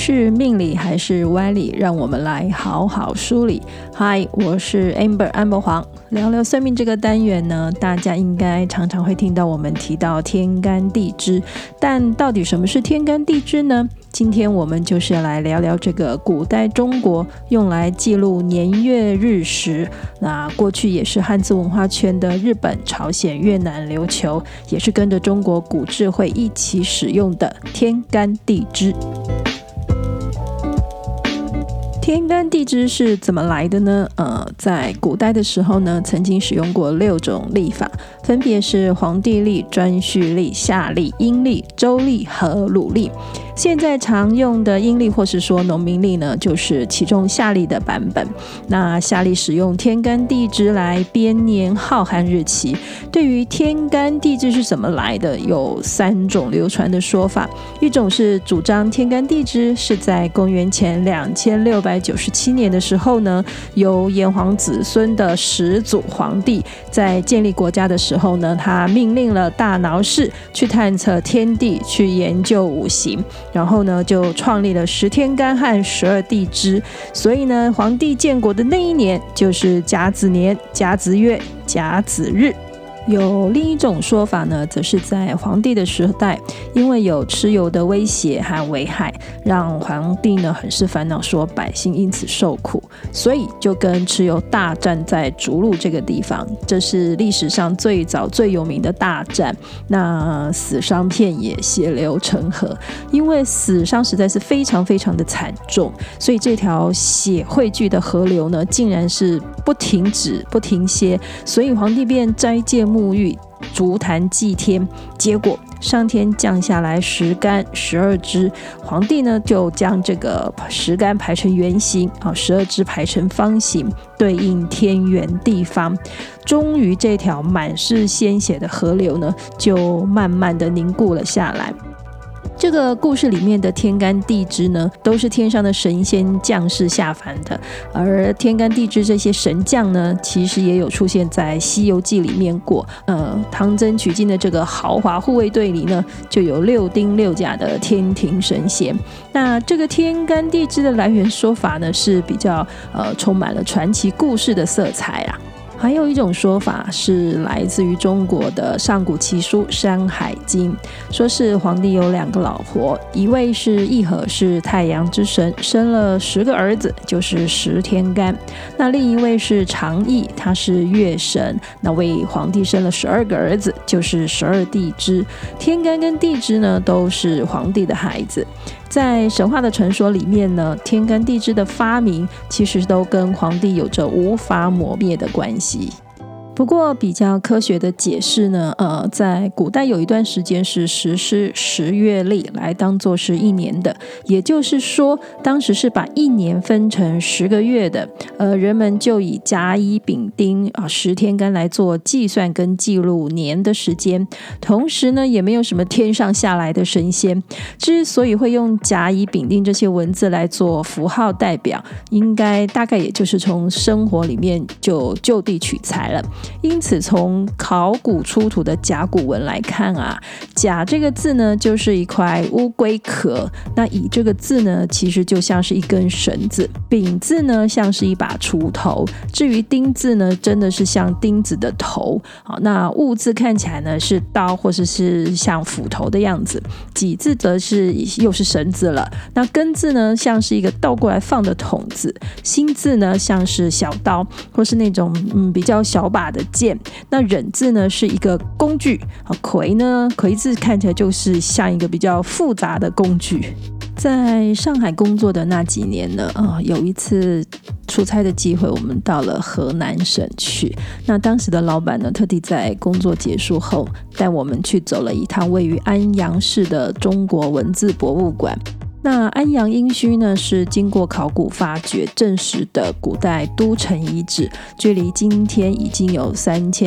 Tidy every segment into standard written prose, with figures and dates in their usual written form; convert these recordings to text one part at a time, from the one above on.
是命理还是歪理，让我们来好好梳理。嗨，我是 Amber 安博黄。聊聊算命这个单元呢，大家应该常常会听到我们提到天干地支，但到底什么是天干地支呢？今天我们就是要来聊聊这个古代中国用来记录年月日时，那过去也是汉字文化圈的日本、朝鲜、越南、琉球，也是跟着中国古智慧一起使用的天干地支。天干地支是怎么来的呢？在古代的时候呢，曾经使用过6种历法，分别是黄帝历、颛顼历、夏历、阴历、周历和鲁历。现在常用的阴历或是说农民历呢，就是其中夏历的版本。那夏历使用天干地支来编年号和日期。对于天干地支是怎么来的，有3种流传的说法。一种是主张天干地支是在公元前2697年的时候呢，由炎黄子孙的始祖黄帝在建立国家的时候呢，他命令了大脑士去探测天地，去研究五行，然后呢就创立了10天干和12地支。所以呢，黄帝建国的那一年就是甲子年、甲子月、甲子日。有另一种说法呢，则是在黄帝的时代，因为有蚩尤的威胁和危害，让黄帝呢很是烦恼，说百姓因此受苦，所以就跟蚩尤大战在逐鹿这个地方。这是历史上最早最有名的大战，那死伤遍野，血流成河。因为死伤实在是非常非常的惨重，所以这条血汇聚的河流呢，竟然是不停止不停歇，所以黄帝便斋戒沐浴，烛坛祭天，结果上天降下来10干12支，黄帝呢就将这个10干排成圆形，12支排成方形，对应天圆地方。终于这条满是鲜血的河流呢，就慢慢的凝固了下来。这个故事里面的天干地支呢，都是天上的神仙将士下凡的，而天干地支这些神将呢，其实也有出现在《西游记》里面过。唐僧取经的这个豪华护卫队里呢，就有6丁6甲的天庭神仙。那这个天干地支的来源说法呢，是比较充满了传奇故事的色彩啊。还有一种说法是来自于中国的上古奇书《山海经》，说是黄帝有2个老婆，一位是羿和，是太阳之神，生了10个儿子，就是10天干。那另一位是长羿，他是月神，那为黄帝生了12个儿子，就是12地支。天干跟地支呢，都是黄帝的孩子。在神话的传说里面呢，天干地支的发明其实都跟黄帝有着无法抹灭的关系。不过比较科学的解释呢，在古代有一段时间是实施10月历来当作是1年的，也就是说当时是把1年分成10个月的，人们就以甲乙丙丁10天干来做计算跟记录年的时间。同时呢，也没有什么天上下来的神仙，之所以会用甲乙丙丁这些文字来做符号代表，大概也就是从生活里面就地取材了。因此从考古出土的甲骨文来看啊，甲这个字呢就是一块乌龟壳，那乙这个字呢其实就像是一根绳子，丙字呢像是一把锄头，至于丁字呢真的是像钉子的头。那戊字看起来呢是刀或者是像斧头的样子，己字则是又是绳子了。那庚字呢像是一个倒过来放的筒子，辛字呢像是小刀或是那种比较小把的剑，那壬字呢是一个工具，癸字看起来就是像一个比较复杂的工具。在上海工作的那几年呢，有一次出差的机会，我们到了河南省去。那当时的老板呢，特地在工作结束后带我们去走了一趟位于安阳市的中国文字博物馆。那安阳殷墟呢，是经过考古发掘证实的古代都城遗址，距离今天已经有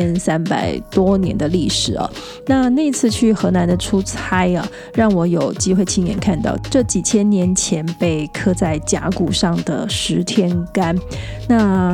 3300多年的历史哦。那次去河南的出差啊，让我有机会亲眼看到这几千年前被刻在甲骨上的10天干。那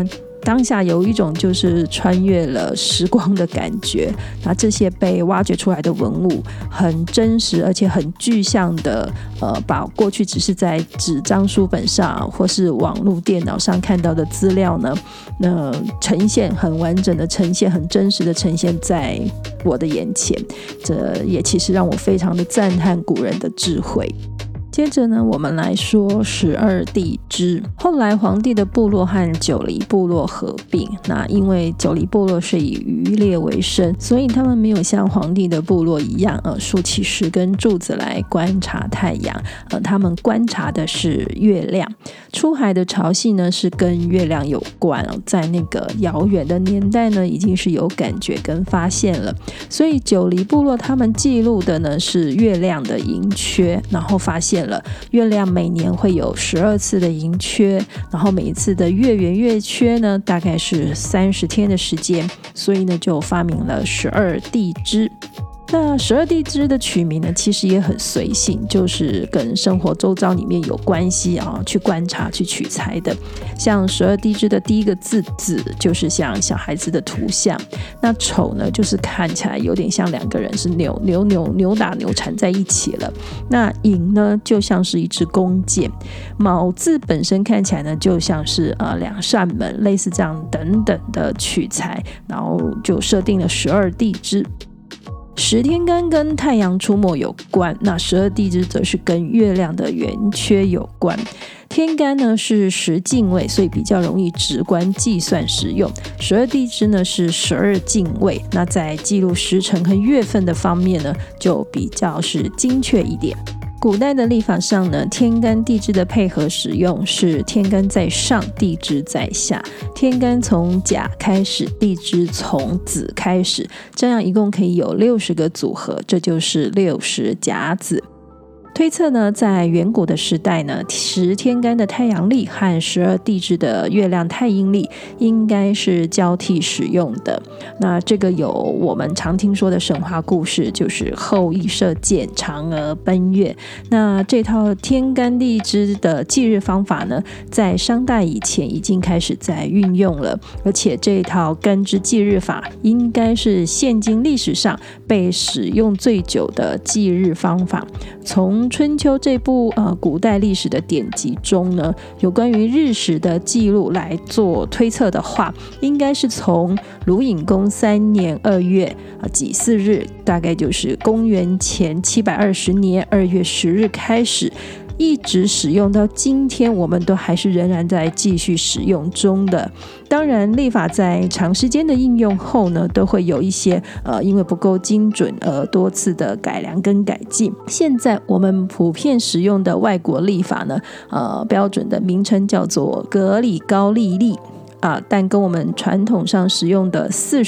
当下有一种就是穿越了时光的感觉。那这些被挖掘出来的文物很真实，而且很具象的把过去只是在纸张书本上或是网络电脑上看到的资料呢，呈现很完整的呈现，很真实的呈现在我的眼前。这也其实让我非常的赞叹古人的智慧。接着呢，我们来说12地支。后来黄帝的部落和九黎部落合并，那因为九黎部落是以渔猎为生，所以他们没有像黄帝的部落一样竖起10根柱子来观察太阳，他们观察的是月亮。出海的潮汐呢是跟月亮有关，在那个遥远的年代呢已经是有感觉跟发现了，所以九黎部落他们记录的呢是月亮的盈缺，然后发现了月亮每年会有12次的盈缺，然后每一次的月圆月缺呢大概是30天的时间，所以呢就发明了12地支。那12地支的取名呢，其实也很随性，就是跟生活周遭里面有关系去观察、去取材的。像12地支的第一个字子，就是像小孩子的图像。那丑呢，就是看起来有点像2个人是扭打扭缠在一起了。那寅呢，就像是一支弓箭。卯字本身看起来呢，就像是2扇门，类似这样等等的取材，然后就设定了12地支。10天干跟太阳出没有关，那12地支则是跟月亮的圆缺有关。天干呢是10进位，所以比较容易直观计算使用。12地支呢是12进位，那在记录时辰和月份的方面呢，就比较是精确一点。古代的历法上呢，天干地支的配合使用是天干在上，地支在下，天干从甲开始，地支从子开始，这样一共可以有60个组合，这就是60甲子。推测呢，在远古的时代呢，10天干的太阳历和12地支的月亮太阴历应该是交替使用的。那这个有我们常听说的神话故事，就是后羿射箭，嫦娥奔月。那这套天干地支的记日方法呢，在商代以前已经开始在运用了，而且这套干支记日法应该是现今历史上被使用最久的记日方法。从春秋这部古代历史的典籍中呢，有关于日食的记录来做推测的话，应该是从鲁隐公3年2月己巳日，大概就是公元前720年2月10日开始，一直使用到今天，我们都还是仍然在继续使用中的。当然历法在长时间的应用后呢，都会有一些因为不够精准而多次的改良跟改进。现在我们普遍使用的外国历法呢，标准的名称叫做格里高利历但跟我们传统上使用的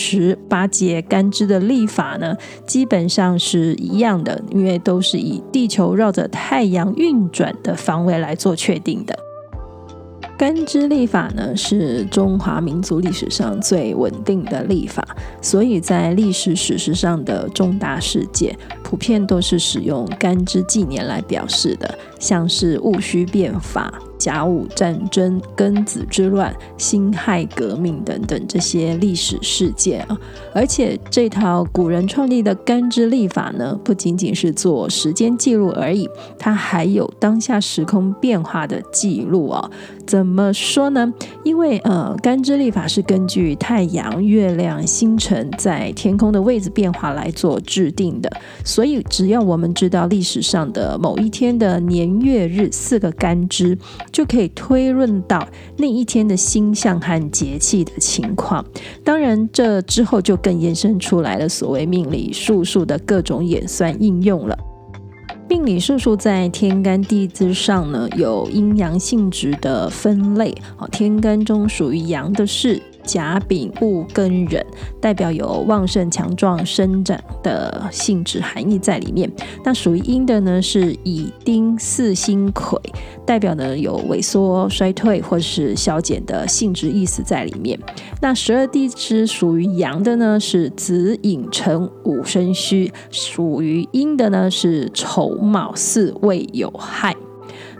48节干支的历法呢，基本上是一样的，因为都是以地球绕着太阳运转的方位来做确定的。干支历法呢，是中华民族历史上最稳定的历法，所以在历史史实上的重大事件，普遍都是使用干支纪年来表示的，像是戊戌变法、甲午战争、庚子之乱、辛亥革命等等这些历史事件而且这套古人创立的干支历法呢，不仅仅是做时间记录而已，它还有当下时空变化的记录怎么说呢？因为干支历法是根据太阳、月亮、星辰在天空的位置变化来做制定的，所以只要我们知道历史上的某一天的年月日4个干支，就可以推论到那一天的星象和节气的情况。当然这之后就更延伸出来了所谓命理术数的各种演算应用了。命理术数在天干地支上呢，有阴阳性质的分类天干中属于阳的是甲丙戊庚壬，代表有旺盛强壮生长的性质含义在里面。那属于阴的呢是乙丁巳辛癸，代表呢有萎缩衰退或是消减的性质意思在里面。那12地支属于阳的呢是子寅辰午申戌，属于阴的呢是丑卯巳未酉亥。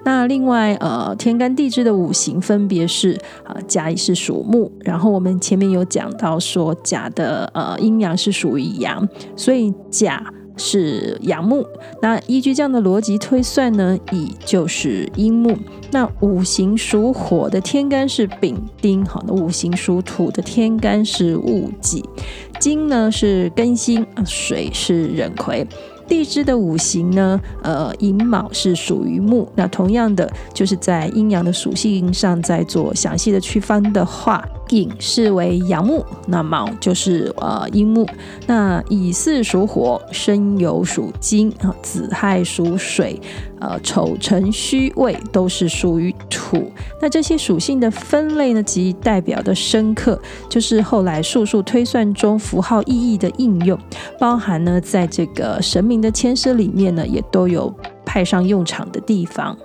那另外天干地支的五行分别是甲乙是属木，然后我们前面有讲到说甲的阴阳是属于阳，所以甲是阳木。那依据这样的逻辑推算呢，乙就是阴木。那五行属火的天干是丙丁，好，那五行属土的天干是戊己，金呢是庚辛，水是壬癸。地支的五行呢，寅卯是属于木。那同样的，就是在阴阳的属性上再做详细的区分的话，寅是为阳木，那卯就是阴木。那乙巳属火，申酉属金，子亥属水，丑辰戌未都是属于土。那这些属性的分类呢，及代表的生克，就是后来术数推算中符号意义的应用，包含呢在这个神明的签诗里面呢，也都有派上用场的地方。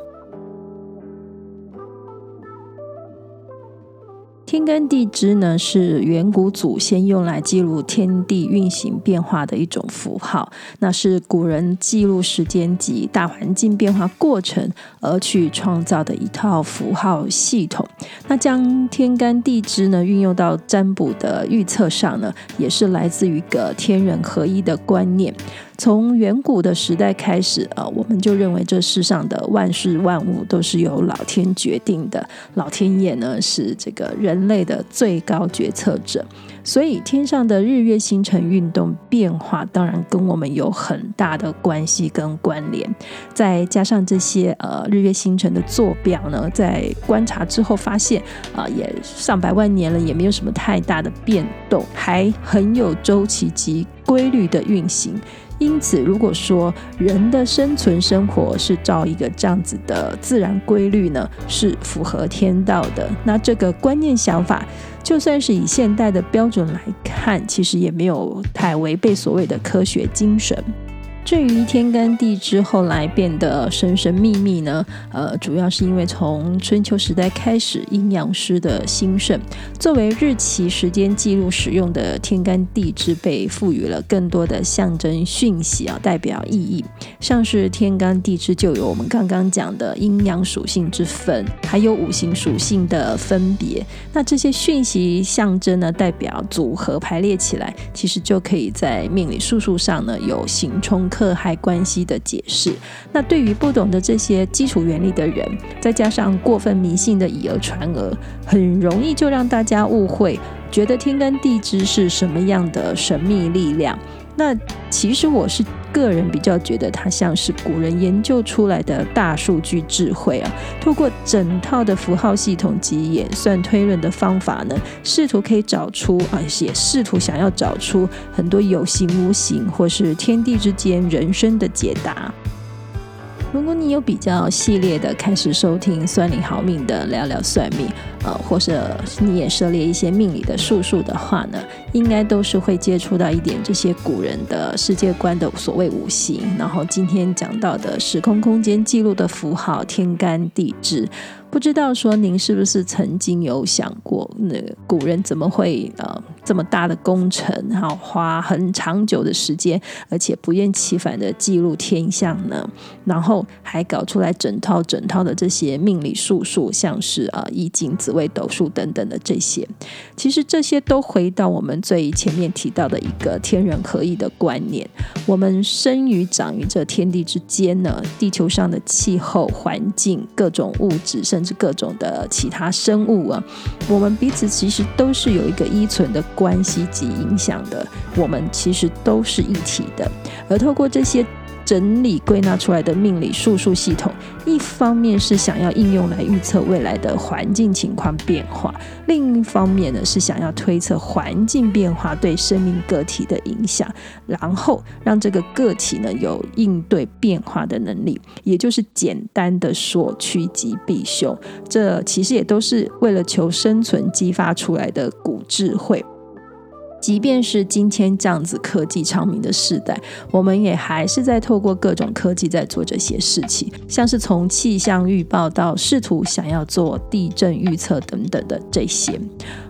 天干地支呢，是远古祖先用来记录天地运行变化的一种符号，那是古人记录时间及大环境变化过程而去创造的一套符号系统。那将天干地支呢运用到占卜的预测上呢，也是来自于一个天人合一的观念。从远古的时代开始，我们就认为这世上的万事万物都是由老天决定的，老天爷呢是这个人类的最高决策者，所以天上的日月星辰运动变化当然跟我们有很大的关系跟关联。再加上这些日月星辰的坐标呢，在观察之后发现也上百万年了，也没有什么太大的变动，还很有周期及规律的运行。因此如果说人的生存生活是照一个这样子的自然规律呢，是符合天道的，那这个观念想法就算是以现代的标准来看，其实也没有太违背所谓的科学精神。至于天干地支后来变得神神秘秘呢，主要是因为从春秋时代开始，阴阳师的兴盛，作为日期时间记录使用的天干地支被赋予了更多的象征讯息代表意义。像是天干地支就有我们刚刚讲的阴阳属性之分，还有五行属性的分别。那这些讯息象征呢，代表组合排列起来，其实就可以在命理术数上呢有刑冲克害关系的解释。那对于不懂得这些基础原理的人，再加上过分迷信的以讹传讹，很容易就让大家误会，觉得天干地支是什么样的神秘力量。那其实我是个人比较觉得它像是古人研究出来的大数据智慧透过整套的符号系统及演算推论的方法呢，试图可以找出也试图想要找出很多有形无形或是天地之间人生的解答。如果你有比较系列的开始收听算你好命的聊聊算命，或是你也涉猎一些命理的术数的话呢，应该都是会接触到一点这些古人的世界观的所谓五行，然后今天讲到的时空空间记录的符号天干地支。不知道说您是不是曾经有想过，古人怎么会这么大的工程，花很长久的时间，而且不厌其烦的记录天象呢？然后还搞出来整套的这些命理术数，像是易经、紫微斗数等等的这些，其实这些都回到我们最前面提到的一个天人合一的观念。我们生于长于这天地之间呢，地球上的气候环境、各种物质，甚至各种的其他生物我们彼此其实都是有一个依存的关系及影响的，我们其实都是一体的。而透过这些整理归纳出来的命理术数系统，一方面是想要应用来预测未来的环境情况变化，另一方面呢是想要推测环境变化对生命个体的影响，然后让这个个体呢有应对变化的能力，也就是简单的说趋吉避凶。这其实也都是为了求生存激发出来的古智慧。即便是今天这样子科技昌明的时代，我们也还是在透过各种科技在做这些事情，像是从气象预报到试图想要做地震预测等等的这些。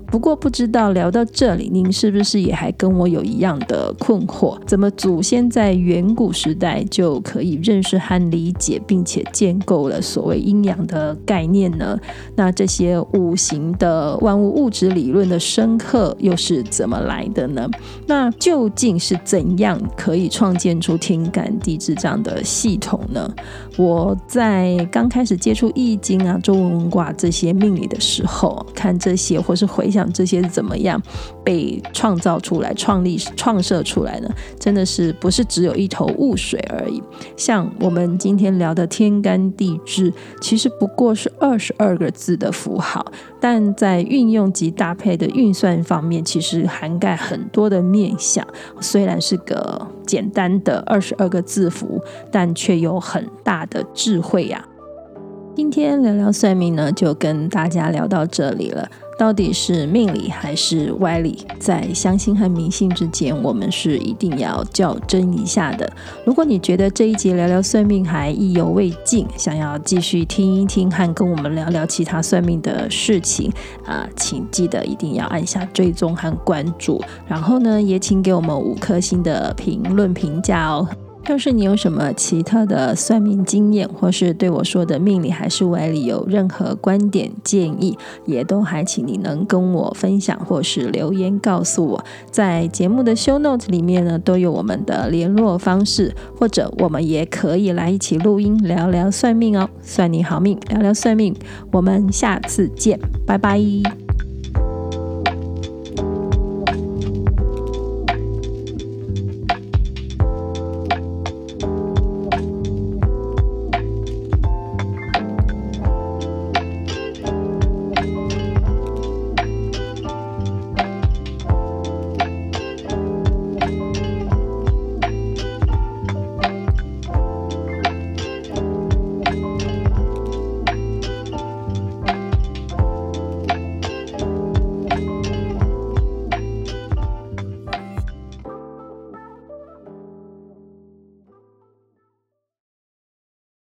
不过不知道聊到这里，您是不是也还跟我有一样的困惑？怎么祖先在远古时代就可以认识和理解，并且建构了所谓阴阳的概念呢？那这些五行的万物物质理论的深刻又是怎么来的呢？那究竟是怎样可以创建出天干地支这样的系统呢？我在刚开始接触易经啊、周文文卦这些命理的时候，看这些或是回想这些是怎么样被创造出来、创设出来呢？真的是不是只有一头雾水而已。像我们今天聊的天干地支，其实不过是22个字的符号，但在运用及搭配的运算方面，其实涵盖很多的面向。虽然是个简单的22个字符，但却有很大的智慧呀。今天聊聊算命呢，就跟大家聊到这里了。到底是命理还是歪理？在相信和迷信之间，我们是一定要较真一下的。如果你觉得这一集聊聊算命还意犹未尽，想要继续听一听和跟我们聊聊其他算命的事情请记得一定要按下追踪和关注。然后呢，也请给我们5颗星的评论评价哦。要是你有什么奇特的算命经验，或是对我说的命理还是歪理有任何观点建议，也都还请你能跟我分享或是留言告诉我。在节目的 show note 里面呢，都有我们的联络方式，或者我们也可以来一起录音聊聊算命哦。算你好命，聊聊算命，我们下次见，拜拜。